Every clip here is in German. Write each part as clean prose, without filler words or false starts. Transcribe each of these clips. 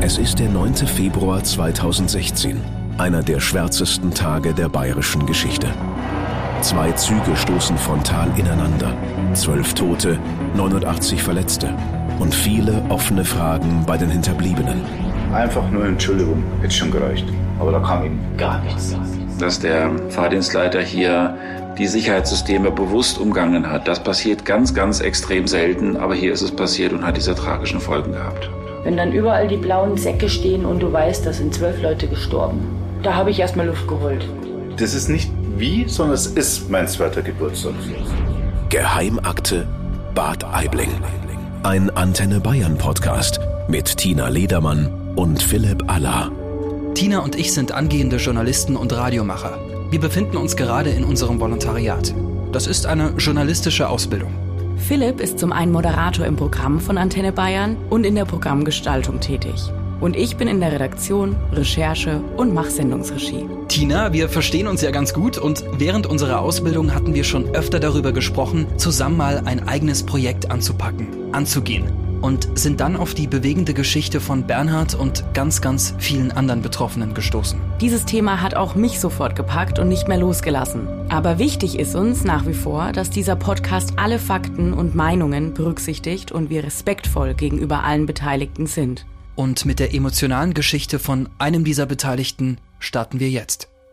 Es ist der 9. Februar 2016, einer der schwärzesten Tage der bayerischen Geschichte. 2 Züge stoßen frontal ineinander, 12 Tote, 89 Verletzte und viele offene Fragen bei den Hinterbliebenen. Einfach nur Entschuldigung, hätte schon gereicht. Aber da kam ihm gar nichts. Dass der Fahrdienstleiter hier die Sicherheitssysteme bewusst umgangen hat, das passiert ganz, ganz extrem selten, aber hier ist es passiert und hat diese tragischen Folgen gehabt. Wenn dann überall die blauen Säcke stehen und du weißt, da sind 12 Leute gestorben, da habe ich erstmal Luft geholt. Das ist nicht wie, sondern es ist mein 2. Geburtstag. Geheimakte Bad Aibling. Ein Antenne Bayern Podcast mit Tina Ledermann und Philipp Aller. Tina und ich sind angehende Journalisten und Radiomacher. Wir befinden uns gerade in unserem Volontariat. Das ist eine journalistische Ausbildung. Philipp ist zum einen Moderator im Programm von Antenne Bayern und in der Programmgestaltung tätig. Und ich bin in der Redaktion, Recherche und mache Sendungsregie. Tina, wir verstehen uns ja ganz gut und während unserer Ausbildung hatten wir schon öfter darüber gesprochen, zusammen mal ein eigenes Projekt anzupacken, anzugehen. Und sind dann auf die bewegende Geschichte von Bernhard und ganz, ganz vielen anderen Betroffenen gestoßen. Dieses Thema hat auch mich sofort gepackt und nicht mehr losgelassen. Aber wichtig ist uns nach wie vor, dass dieser Podcast alle Fakten und Meinungen berücksichtigt und wir respektvoll gegenüber allen Beteiligten sind. Und mit der emotionalen Geschichte von einem dieser Beteiligten starten wir jetzt.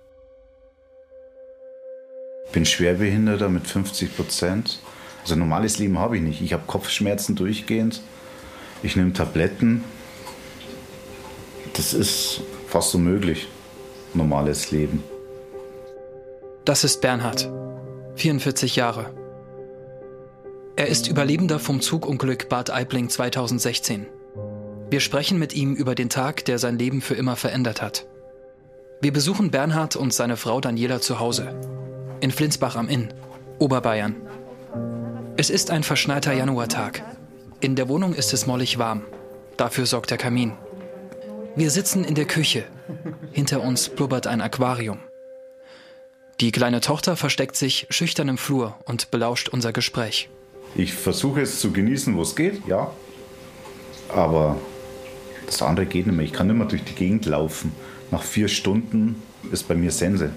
Ich bin Schwerbehinderter mit 50%. Also normales Leben habe ich nicht. Ich habe Kopfschmerzen durchgehend. Ich nehme Tabletten. Das ist fast unmöglich. Normales Leben. Das ist Bernhard, 44 Jahre. Er ist Überlebender vom Zugunglück Bad Aibling 2016. Wir sprechen mit ihm über den Tag, der sein Leben für immer verändert hat. Wir besuchen Bernhard und seine Frau Daniela zu Hause. In Flinsbach am Inn, Oberbayern. Es ist ein verschneiter Januartag. In der Wohnung ist es mollig warm. Dafür sorgt der Kamin. Wir sitzen in der Küche. Hinter uns blubbert ein Aquarium. Die kleine Tochter versteckt sich schüchtern im Flur und belauscht unser Gespräch. Ich versuche es zu genießen, wo es geht, ja. Aber das andere geht nicht mehr. Ich kann nicht mehr durch die Gegend laufen. Nach 4 Stunden ist bei mir Sense.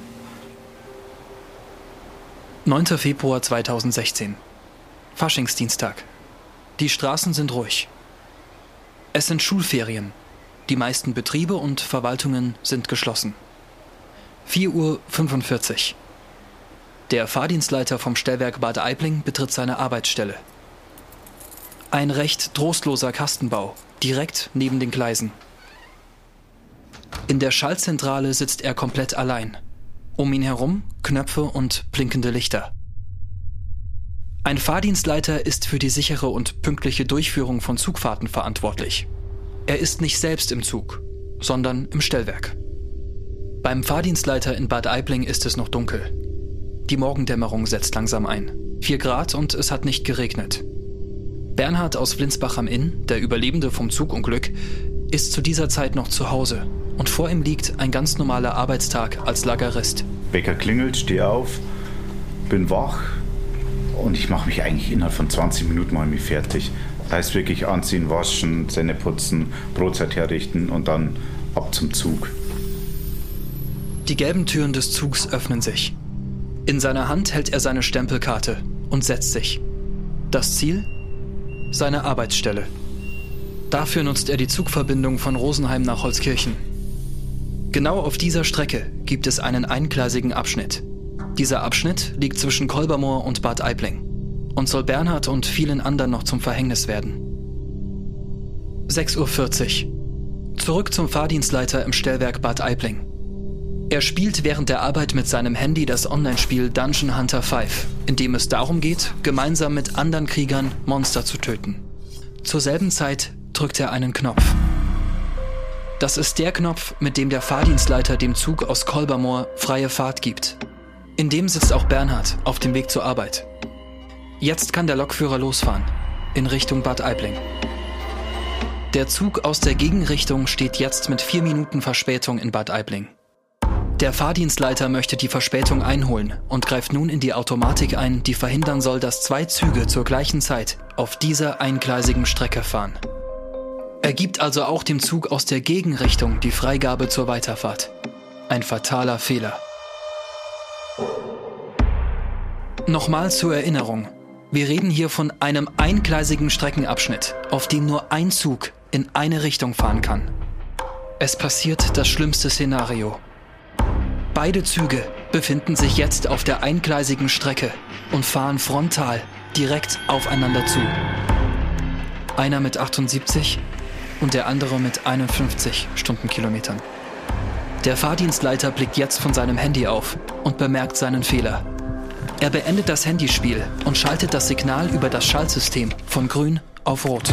9. Februar 2016. Faschingsdienstag. Die Straßen sind ruhig. Es sind Schulferien. Die meisten Betriebe und Verwaltungen sind geschlossen. 4:45 Uhr. Der Fahrdienstleiter vom Stellwerk Bad Aibling betritt seine Arbeitsstelle. Ein recht trostloser Kastenbau, direkt neben den Gleisen. In der Schaltzentrale sitzt er komplett allein. Um ihn herum Knöpfe und blinkende Lichter. Ein Fahrdienstleiter ist für die sichere und pünktliche Durchführung von Zugfahrten verantwortlich. Er ist nicht selbst im Zug, sondern im Stellwerk. Beim Fahrdienstleiter in Bad Aibling ist es noch dunkel. Die Morgendämmerung setzt langsam ein. 4 Grad und es hat nicht geregnet. Bernhard aus Flinsbach am Inn, der Überlebende vom Zugunglück, ist zu dieser Zeit noch zu Hause und vor ihm liegt ein ganz normaler Arbeitstag als Lagerist. Wecker klingelt, stehe auf, bin wach und ich mache mich eigentlich innerhalb von 20 Minuten mal fertig. Das heißt wirklich anziehen, waschen, Zähne putzen, Brotzeit herrichten und dann ab zum Zug. Die gelben Türen des Zugs öffnen sich. In seiner Hand hält er seine Stempelkarte und setzt sich. Das Ziel? Seine Arbeitsstelle. Dafür nutzt er die Zugverbindung von Rosenheim nach Holzkirchen. Genau auf dieser Strecke gibt es einen eingleisigen Abschnitt. Dieser Abschnitt liegt zwischen Kolbermoor und Bad Aibling und soll Bernhard und vielen anderen noch zum Verhängnis werden. 6:40 Uhr. Zurück zum Fahrdienstleiter im Stellwerk Bad Aibling. Er spielt während der Arbeit mit seinem Handy das Online-Spiel Dungeon Hunter 5, in dem es darum geht, gemeinsam mit anderen Kriegern Monster zu töten. Zur selben Zeit drückt er einen Knopf. Das ist der Knopf, mit dem der Fahrdienstleiter dem Zug aus Kolbermoor freie Fahrt gibt. In dem sitzt auch Bernhard auf dem Weg zur Arbeit. Jetzt kann der Lokführer losfahren, in Richtung Bad Aibling. Der Zug aus der Gegenrichtung steht jetzt mit 4 Minuten Verspätung in Bad Aibling. Der Fahrdienstleiter möchte die Verspätung einholen und greift nun in die Automatik ein, die verhindern soll, dass 2 Züge zur gleichen Zeit auf dieser eingleisigen Strecke fahren. Er gibt also auch dem Zug aus der Gegenrichtung die Freigabe zur Weiterfahrt. Ein fataler Fehler. Nochmal zur Erinnerung. Wir reden hier von einem eingleisigen Streckenabschnitt, auf dem nur ein Zug in eine Richtung fahren kann. Es passiert das schlimmste Szenario. Beide Züge befinden sich jetzt auf der eingleisigen Strecke und fahren frontal direkt aufeinander zu. Einer mit 78 und der andere mit 51 Stundenkilometern. Der Fahrdienstleiter blickt jetzt von seinem Handy auf und bemerkt seinen Fehler. Er beendet das Handyspiel und schaltet das Signal über das Schaltsystem von grün auf rot.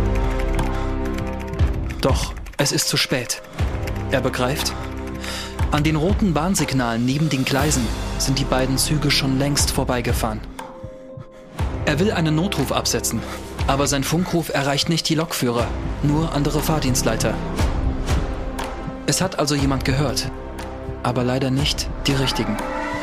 Doch es ist zu spät. Er begreift, an den roten Warnsignalen neben den Gleisen sind die beiden Züge schon längst vorbeigefahren. Er will einen Notruf absetzen, aber sein Funkruf erreicht nicht die Lokführer, nur andere Fahrdienstleiter. Es hat also jemand gehört, aber leider nicht die richtigen.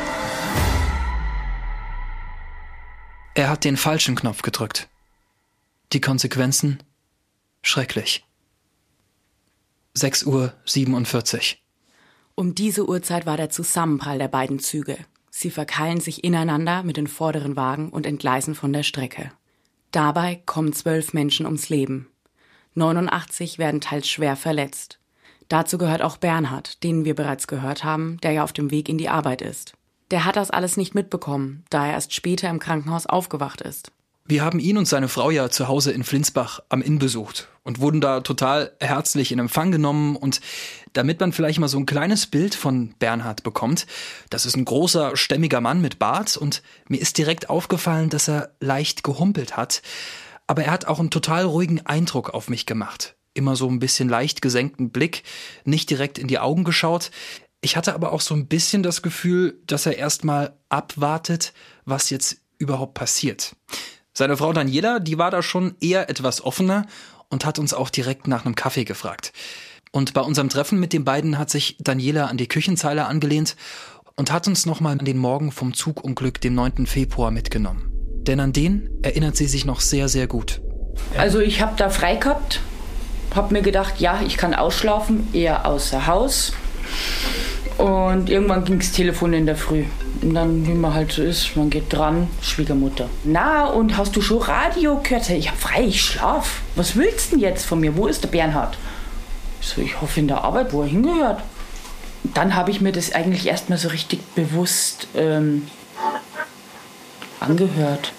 Er hat den falschen Knopf gedrückt. Die Konsequenzen? Schrecklich. 6:47 Uhr. Um diese Uhrzeit war der Zusammenprall der beiden Züge. Sie verkeilen sich ineinander mit den vorderen Wagen und entgleisen von der Strecke. Dabei kommen 12 Menschen ums Leben. 89 werden teils schwer verletzt. Dazu gehört auch Bernhard, den wir bereits gehört haben, der ja auf dem Weg in die Arbeit ist. Der hat das alles nicht mitbekommen, da er erst später im Krankenhaus aufgewacht ist. Wir haben ihn und seine Frau ja zu Hause in Flinsbach am Inn besucht und wurden da total herzlich in Empfang genommen. Und damit man vielleicht mal so ein kleines Bild von Bernhard bekommt, das ist ein großer, stämmiger Mann mit Bart und mir ist direkt aufgefallen, dass er leicht gehumpelt hat. Aber er hat auch einen total ruhigen Eindruck auf mich gemacht. Immer so ein bisschen leicht gesenkten Blick, nicht direkt in die Augen geschaut. Ich hatte aber auch so ein bisschen das Gefühl, dass er erst mal abwartet, was jetzt überhaupt passiert. Seine Frau Daniela, die war da schon eher etwas offener und hat uns auch direkt nach einem Kaffee gefragt. Und bei unserem Treffen mit den beiden hat sich Daniela an die Küchenzeile angelehnt und hat uns nochmal an den Morgen vom Zugunglück, dem 9. Februar, mitgenommen. Denn an den erinnert sie sich noch sehr, sehr gut. Also ich habe da frei gehabt, habe mir gedacht, ja, ich kann ausschlafen, eher außer Haus. Und irgendwann ging das Telefon in der Früh. Und dann, wie man halt so ist, man geht dran, Schwiegermutter. Na, und hast du schon Radio gehört? Ich hab frei, ich schlaf. Was willst du denn jetzt von mir? Wo ist der Bernhard? Ich so, ich hoffe in der Arbeit, wo er hingehört. Dann habe ich mir das eigentlich erstmal so richtig bewusst angehört.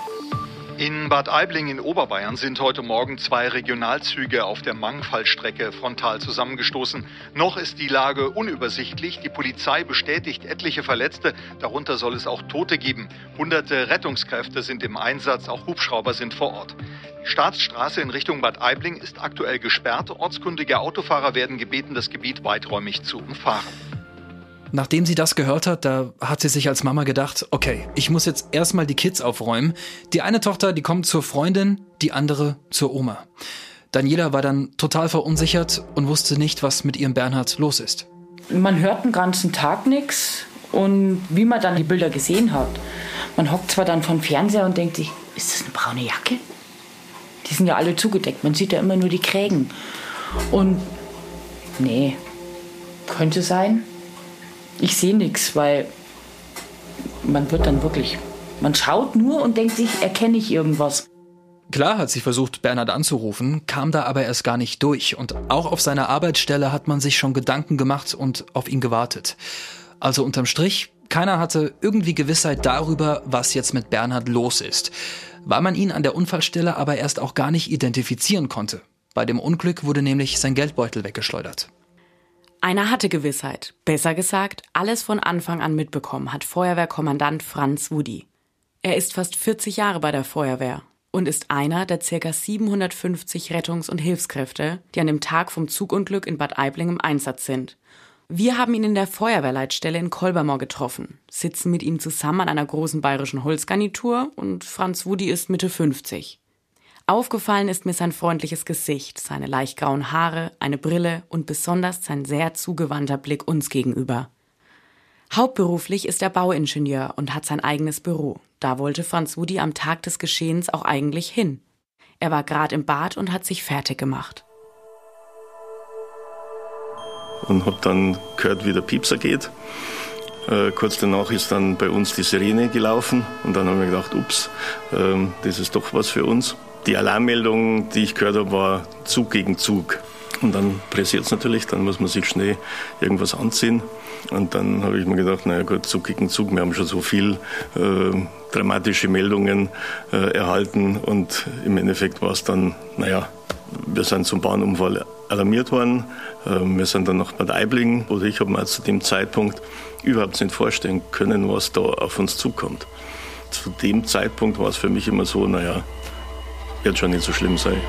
In Bad Aibling in Oberbayern sind heute Morgen 2 Regionalzüge auf der Mangfallstrecke frontal zusammengestoßen. Noch ist die Lage unübersichtlich. Die Polizei bestätigt etliche Verletzte. Darunter soll es auch Tote geben. Hunderte Rettungskräfte sind im Einsatz. Auch Hubschrauber sind vor Ort. Die Staatsstraße in Richtung Bad Aibling ist aktuell gesperrt. Ortskundige Autofahrer werden gebeten, das Gebiet weiträumig zu umfahren. Nachdem sie das gehört hat, da hat sie sich als Mama gedacht, okay, ich muss jetzt erstmal die Kids aufräumen. Die eine Tochter, die kommt zur Freundin, die andere zur Oma. Daniela war dann total verunsichert und wusste nicht, was mit ihrem Bernhard los ist. Man hört den ganzen Tag nichts und wie man dann die Bilder gesehen hat, man hockt zwar dann vom Fernseher und denkt sich, ist das eine braune Jacke? Die sind ja alle zugedeckt, man sieht ja immer nur die Krägen. Und nee, könnte sein. Ich sehe nichts, weil man wird dann wirklich, man schaut nur und denkt sich, erkenne ich irgendwas. Klar hat sie versucht, Bernhard anzurufen, kam da aber erst gar nicht durch. Und auch auf seiner Arbeitsstelle hat man sich schon Gedanken gemacht und auf ihn gewartet. Also unterm Strich, keiner hatte irgendwie Gewissheit darüber, was jetzt mit Bernhard los ist. Weil man ihn an der Unfallstelle aber erst auch gar nicht identifizieren konnte. Bei dem Unglück wurde nämlich sein Geldbeutel weggeschleudert. Einer hatte Gewissheit. Besser gesagt, alles von Anfang an mitbekommen hat Feuerwehrkommandant Franz Wudi. Er ist fast 40 Jahre bei der Feuerwehr und ist einer der ca. 750 Rettungs- und Hilfskräfte, die an dem Tag vom Zugunglück in Bad Aibling im Einsatz sind. Wir haben ihn in der Feuerwehrleitstelle in Kolbermoor getroffen, sitzen mit ihm zusammen an einer großen bayerischen Holzgarnitur und Franz Wudi ist Mitte 50. Aufgefallen ist mir sein freundliches Gesicht, seine leicht grauen Haare, eine Brille und besonders sein sehr zugewandter Blick uns gegenüber. Hauptberuflich ist er Bauingenieur und hat sein eigenes Büro. Da wollte Franz Wudi am Tag des Geschehens auch eigentlich hin. Er war gerade im Bad und hat sich fertig gemacht. und habe dann gehört, wie der Piepser geht. Kurz danach ist dann bei uns die Sirene gelaufen und dann haben wir gedacht, ups, das ist doch was für uns. Die Alarmmeldung, die ich gehört habe, war Zug gegen Zug. Und dann pressiert es natürlich, dann muss man sich schnell irgendwas anziehen. Und dann habe ich mir gedacht, naja gut, Zug gegen Zug, wir haben schon so viel dramatische Meldungen erhalten. Und im Endeffekt war es dann, naja, wir sind zum Bahnunfall alarmiert worden. Wir sind dann nach Bad Aibling, oder ich habe mir zu dem Zeitpunkt überhaupt nicht vorstellen können, was da auf uns zukommt. Zu dem Zeitpunkt war es für mich immer so, naja, wird schon nicht so schlimm sein.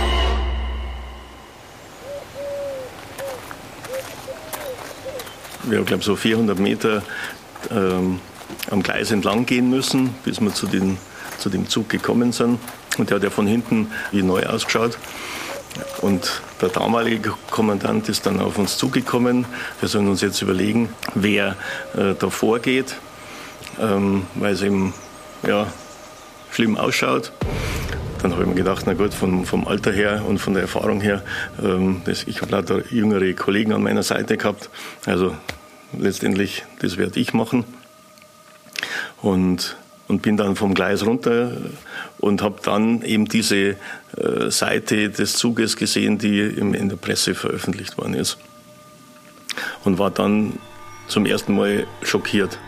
Wir haben, glaube ich, so 400 Meter am Gleis entlang gehen müssen, bis wir zu dem Zug gekommen sind. Und der hat ja von hinten wie neu ausgeschaut. Und der damalige Kommandant ist dann auf uns zugekommen. Wir sollen uns jetzt überlegen, wer da vorgeht, weil es eben schlimm ausschaut. Dann habe ich mir gedacht, na gut, vom Alter her und von der Erfahrung her, ich habe lauter jüngere Kollegen an meiner Seite gehabt, also letztendlich, das werde ich machen. Und bin dann vom Gleis runter und habe dann eben diese Seite des Zuges gesehen, die in der Presse veröffentlicht worden ist. Und war dann zum ersten Mal schockiert.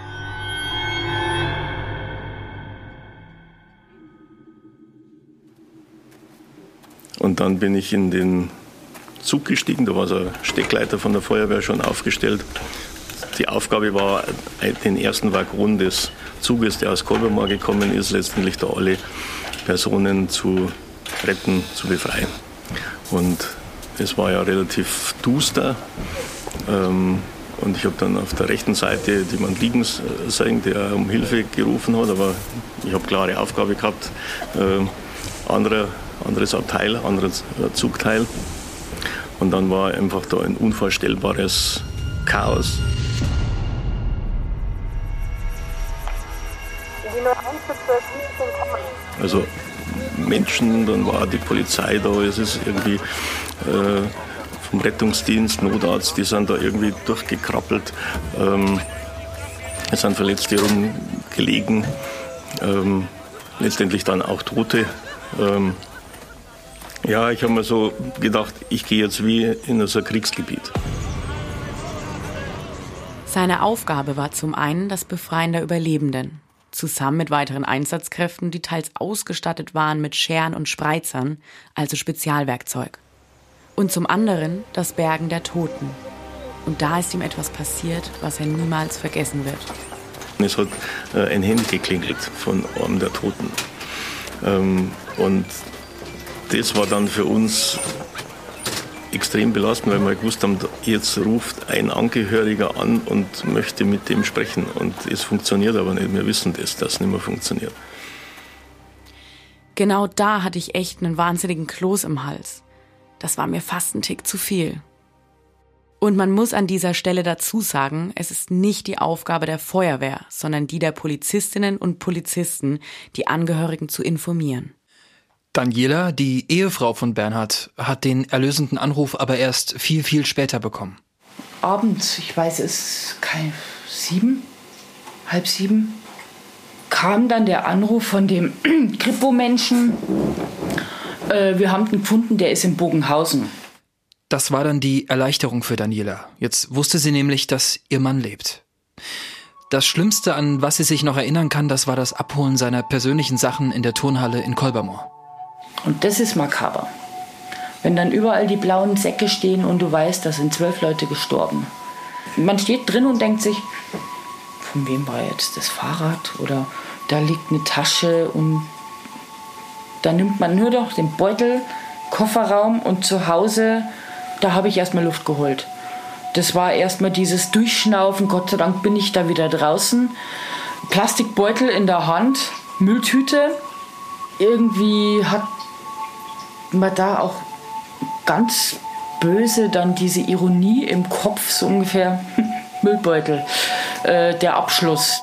Und dann bin ich in den Zug gestiegen, da war so ein Steckleiter von der Feuerwehr schon aufgestellt. Die Aufgabe war, den ersten Waggon des Zuges, der aus Kolbermoor gekommen ist, letztendlich da alle Personen zu retten, zu befreien. Und es war ja relativ duster. Und ich habe dann auf der rechten Seite jemanden liegen sehen, der um Hilfe gerufen hat. Aber ich habe klare Aufgabe gehabt, anderes Abteil, anderes Zugteil. Und dann war einfach da ein unvorstellbares Chaos. Also Menschen, dann war die Polizei da, es ist irgendwie vom Rettungsdienst, Notarzt, die sind da irgendwie durchgekrabbelt. Es sind Verletzte rumgelegen, letztendlich dann auch Tote. Ja, ich habe mir so gedacht, ich gehe jetzt wie in so ein Kriegsgebiet. Seine Aufgabe war zum einen das Befreien der Überlebenden, zusammen mit weiteren Einsatzkräften, die teils ausgestattet waren mit Scheren und Spreizern, also Spezialwerkzeug. Und zum anderen das Bergen der Toten. Und da ist ihm etwas passiert, was er niemals vergessen wird. Es hat ein Handy geklingelt von einem der Toten. Und das war dann für uns extrem belastend, weil wir gewusst haben, jetzt ruft ein Angehöriger an und möchte mit dem sprechen. Und es funktioniert aber nicht. Wir wissen, dass das nicht mehr funktioniert. Genau da hatte ich echt einen wahnsinnigen Kloß im Hals. Das war mir fast ein Tick zu viel. Und man muss an dieser Stelle dazu sagen, es ist nicht die Aufgabe der Feuerwehr, sondern die der Polizistinnen und Polizisten, die Angehörigen zu informieren. Daniela, die Ehefrau von Bernhard, hat den erlösenden Anruf aber erst viel, viel später bekommen. Abends, ich weiß es, 6:30, kam dann der Anruf von dem Kripo-Menschen. Wir haben ihn gefunden, der ist in Bogenhausen. Das war dann die Erleichterung für Daniela. Jetzt wusste sie nämlich, dass ihr Mann lebt. Das Schlimmste, an was sie sich noch erinnern kann, das war das Abholen seiner persönlichen Sachen in der Turnhalle in Kolbermoor. Und das ist makaber. Wenn dann überall die blauen Säcke stehen und du weißt, da sind 12 Leute gestorben. Man steht drin und denkt sich, von wem war jetzt das Fahrrad? Oder da liegt eine Tasche und da nimmt man nur noch den Beutel, Kofferraum und zu Hause, da habe ich erstmal Luft geholt. Das war erstmal dieses Durchschnaufen, Gott sei Dank bin ich da wieder draußen. Plastikbeutel in der Hand, Mülltüte. Irgendwie hat man da auch ganz böse dann diese Ironie im Kopf, so ungefähr, Müllbeutel, der Abschluss.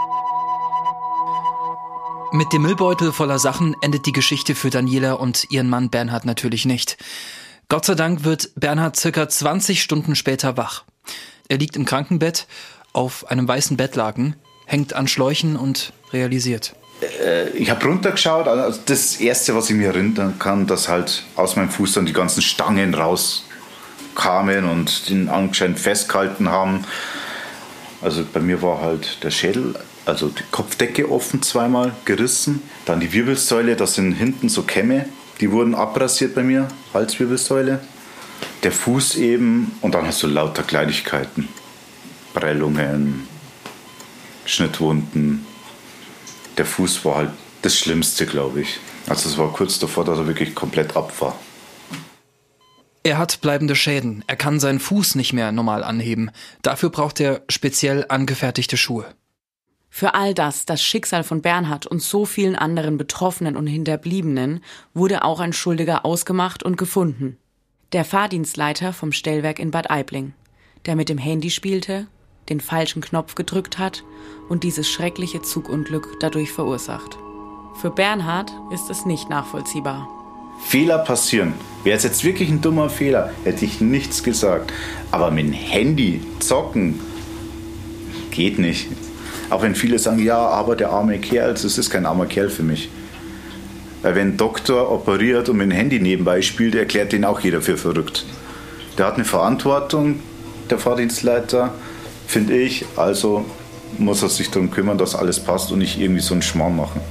Mit dem Müllbeutel voller Sachen endet die Geschichte für Daniela und ihren Mann Bernhard natürlich nicht. Gott sei Dank wird Bernhard circa 20 Stunden später wach. Er liegt im Krankenbett auf einem weißen Bettlaken, hängt an Schläuchen und realisiert. Ich habe runtergeschaut, also das Erste, was ich mir erinnern kann, dass halt aus meinem Fuß dann die ganzen Stangen rauskamen und den anscheinend festgehalten haben. Also bei mir war halt der Schädel, also die Kopfdecke offen zweimal gerissen. Dann die Wirbelsäule, das sind hinten so Kämme, die wurden abrasiert bei mir, Halswirbelsäule. Der Fuß eben und dann hast du lauter Kleinigkeiten. Prellungen, Schnittwunden. Der Fuß war halt das Schlimmste, glaube ich. Also es war kurz davor, dass er wirklich komplett ab war. Er hat bleibende Schäden. Er kann seinen Fuß nicht mehr normal anheben. Dafür braucht er speziell angefertigte Schuhe. Für all das Schicksal von Bernhard und so vielen anderen Betroffenen und Hinterbliebenen, wurde auch ein Schuldiger ausgemacht und gefunden. Der Fahrdienstleiter vom Stellwerk in Bad Aibling, der mit dem Handy spielte, den falschen Knopf gedrückt hat und dieses schreckliche Zugunglück dadurch verursacht. Für Bernhard ist es nicht nachvollziehbar. Fehler passieren. Wäre es jetzt wirklich ein dummer Fehler, hätte ich nichts gesagt. Aber mit dem Handy zocken geht nicht. Auch wenn viele sagen, ja, aber der arme Kerl, das ist kein armer Kerl für mich. Weil wenn ein Doktor operiert und mit dem Handy nebenbei spielt, erklärt den auch jeder für verrückt. Der hat eine Verantwortung, der Fahrdienstleiter, finde ich. Also muss er sich darum kümmern, dass alles passt und nicht irgendwie so einen Schmarrn machen.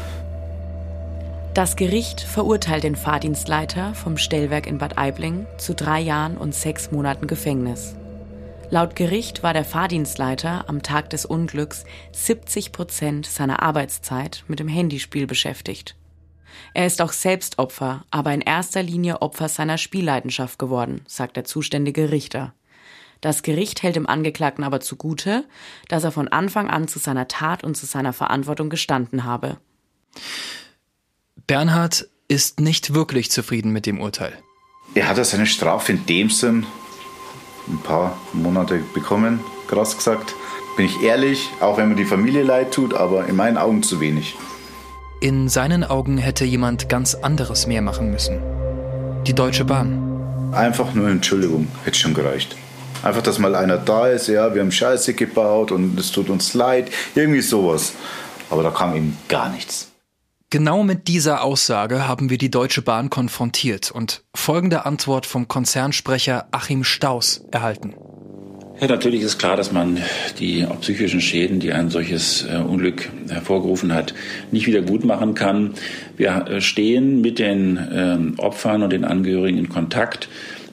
Das Gericht verurteilt den Fahrdienstleiter vom Stellwerk in Bad Aibling zu 3 Jahren und 6 Monaten Gefängnis. Laut Gericht war der Fahrdienstleiter am Tag des Unglücks 70% seiner Arbeitszeit mit dem Handyspiel beschäftigt. Er ist auch selbst Opfer, aber in erster Linie Opfer seiner Spielleidenschaft geworden, sagt der zuständige Richter. Das Gericht hält dem Angeklagten aber zugute, dass er von Anfang an zu seiner Tat und zu seiner Verantwortung gestanden habe. Bernhard ist nicht wirklich zufrieden mit dem Urteil. Er hat ja seine Strafe in dem Sinn ein paar Monate bekommen, krass gesagt. Bin ich ehrlich, auch wenn mir die Familie leid tut, aber in meinen Augen zu wenig. In seinen Augen hätte jemand ganz anderes mehr machen müssen. Die Deutsche Bahn. Einfach nur Entschuldigung, hätte schon gereicht. Einfach, dass mal einer da ist, ja, wir haben Scheiße gebaut und es tut uns leid, irgendwie sowas. Aber da kam eben gar nichts. Genau mit dieser Aussage haben wir die Deutsche Bahn konfrontiert und folgende Antwort vom Konzernsprecher Achim Staus erhalten. Ja, natürlich ist klar, dass man die psychischen Schäden, die ein solches Unglück hervorgerufen hat, nicht wieder gut machen kann. Wir stehen mit den Opfern und den Angehörigen in Kontakt.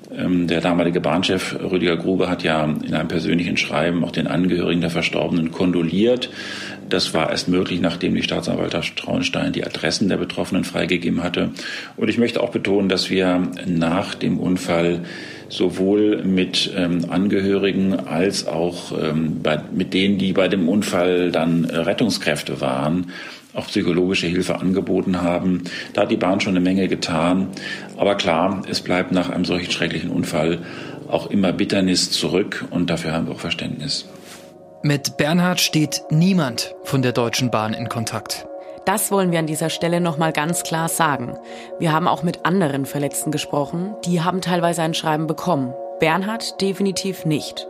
Der damalige Bahnchef Rüdiger Grube hat ja in einem persönlichen Schreiben auch den Angehörigen der Verstorbenen kondoliert. Das war erst möglich, nachdem die Staatsanwaltschaft Traunstein die Adressen der Betroffenen freigegeben hatte. Und ich möchte auch betonen, dass wir nach dem Unfall sowohl mit Angehörigen als auch mit denen, die bei dem Unfall dann Rettungskräfte waren, auch psychologische Hilfe angeboten haben. Da hat die Bahn schon eine Menge getan. Aber klar, es bleibt nach einem solchen schrecklichen Unfall auch immer Bitternis zurück und dafür haben wir auch Verständnis. Mit Bernhard steht niemand von der Deutschen Bahn in Kontakt. Das wollen wir an dieser Stelle nochmal ganz klar sagen. Wir haben auch mit anderen Verletzten gesprochen. Die haben teilweise ein Schreiben bekommen. Bernhard definitiv nicht.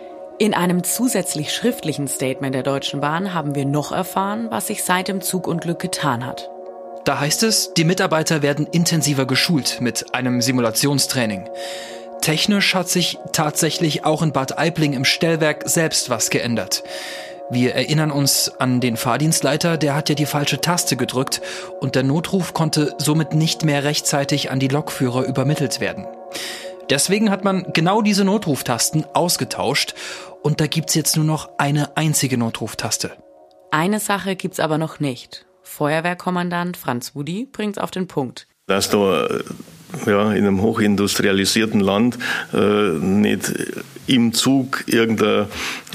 In einem zusätzlich schriftlichen Statement der Deutschen Bahn haben wir noch erfahren, was sich seit dem Zugunglück getan hat. Da heißt es, die Mitarbeiter werden intensiver geschult mit einem Simulationstraining. Technisch hat sich tatsächlich auch in Bad Aibling im Stellwerk selbst was geändert. Wir erinnern uns an den Fahrdienstleiter, der hat ja die falsche Taste gedrückt und der Notruf konnte somit nicht mehr rechtzeitig an die Lokführer übermittelt werden. Deswegen hat man genau diese Notruftasten ausgetauscht und da gibt's jetzt nur noch eine einzige Notruftaste. Eine Sache gibt's aber noch nicht. Feuerwehrkommandant Franz Wudi bringt's auf den Punkt. Dass da in einem hochindustrialisierten Land nicht im Zug irgendein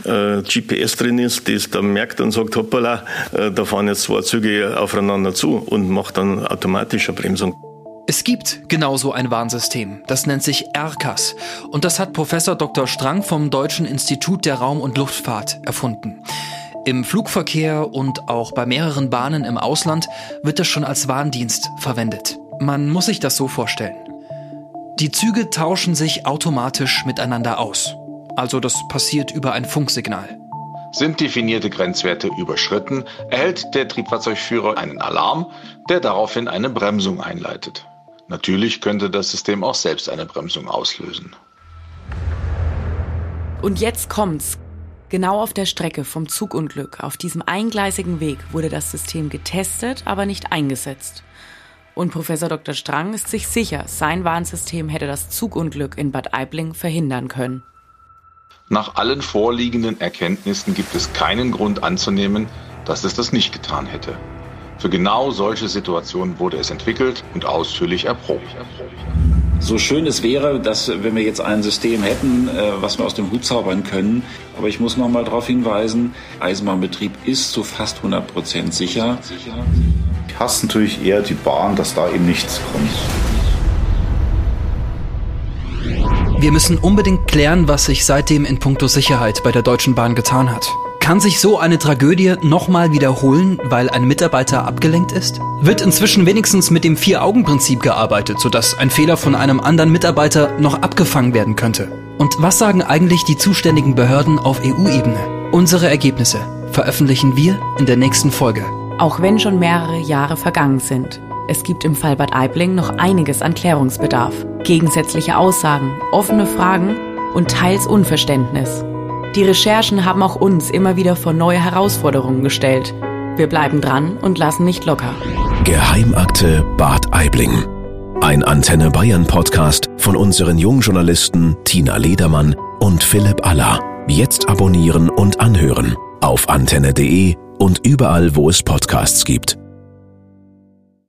GPS drin ist, das dann merkt und sagt, hoppala, da fahren jetzt 2 Züge aufeinander zu und macht dann automatisch eine Bremsung. Es gibt genauso ein Warnsystem, das nennt sich RCAS und das hat Professor Dr. Strang vom Deutschen Institut der Raum- und Luftfahrt erfunden. Im Flugverkehr und auch bei mehreren Bahnen im Ausland wird es schon als Warndienst verwendet. Man muss sich das so vorstellen. Die Züge tauschen sich automatisch miteinander aus. Also das passiert über ein Funksignal. Sind definierte Grenzwerte überschritten, erhält der Triebfahrzeugführer einen Alarm, der daraufhin eine Bremsung einleitet. Natürlich könnte das System auch selbst eine Bremsung auslösen. Und jetzt kommt's. Genau auf der Strecke vom Zugunglück, auf diesem eingleisigen Weg, wurde das System getestet, aber nicht eingesetzt. Und Professor Dr. Strang ist sich sicher, sein Warnsystem hätte das Zugunglück in Bad Aibling verhindern können. Nach allen vorliegenden Erkenntnissen gibt es keinen Grund anzunehmen, dass es das nicht getan hätte. Für genau solche Situationen wurde es entwickelt und ausführlich erprobt. So schön es wäre, dass wenn wir jetzt ein System hätten, was wir aus dem Hut zaubern können. Aber ich muss noch mal darauf hinweisen, Eisenbahnbetrieb ist zu fast 100% sicher. Ich hasse natürlich eher die Bahn, dass da eben nichts kommt. Wir müssen unbedingt klären, was sich seitdem in puncto Sicherheit bei der Deutschen Bahn getan hat. Kann sich so eine Tragödie nochmal wiederholen, weil ein Mitarbeiter abgelenkt ist? Wird inzwischen wenigstens mit dem 4-Augen-Prinzip gearbeitet, sodass ein Fehler von einem anderen Mitarbeiter noch abgefangen werden könnte? Und was sagen eigentlich die zuständigen Behörden auf EU-Ebene? Unsere Ergebnisse veröffentlichen wir in der nächsten Folge. Auch wenn schon mehrere Jahre vergangen sind. Es gibt im Fall Bad Aibling noch einiges an Klärungsbedarf. Gegensätzliche Aussagen, offene Fragen und teils Unverständnis. Die Recherchen haben auch uns immer wieder vor neue Herausforderungen gestellt. Wir bleiben dran und lassen nicht locker. Geheimakte Bad Aibling. Ein Antenne Bayern Podcast von unseren Jungjournalisten Tina Ledermann und Philipp Aller. Jetzt abonnieren und anhören auf antenne.de und überall, wo es Podcasts gibt.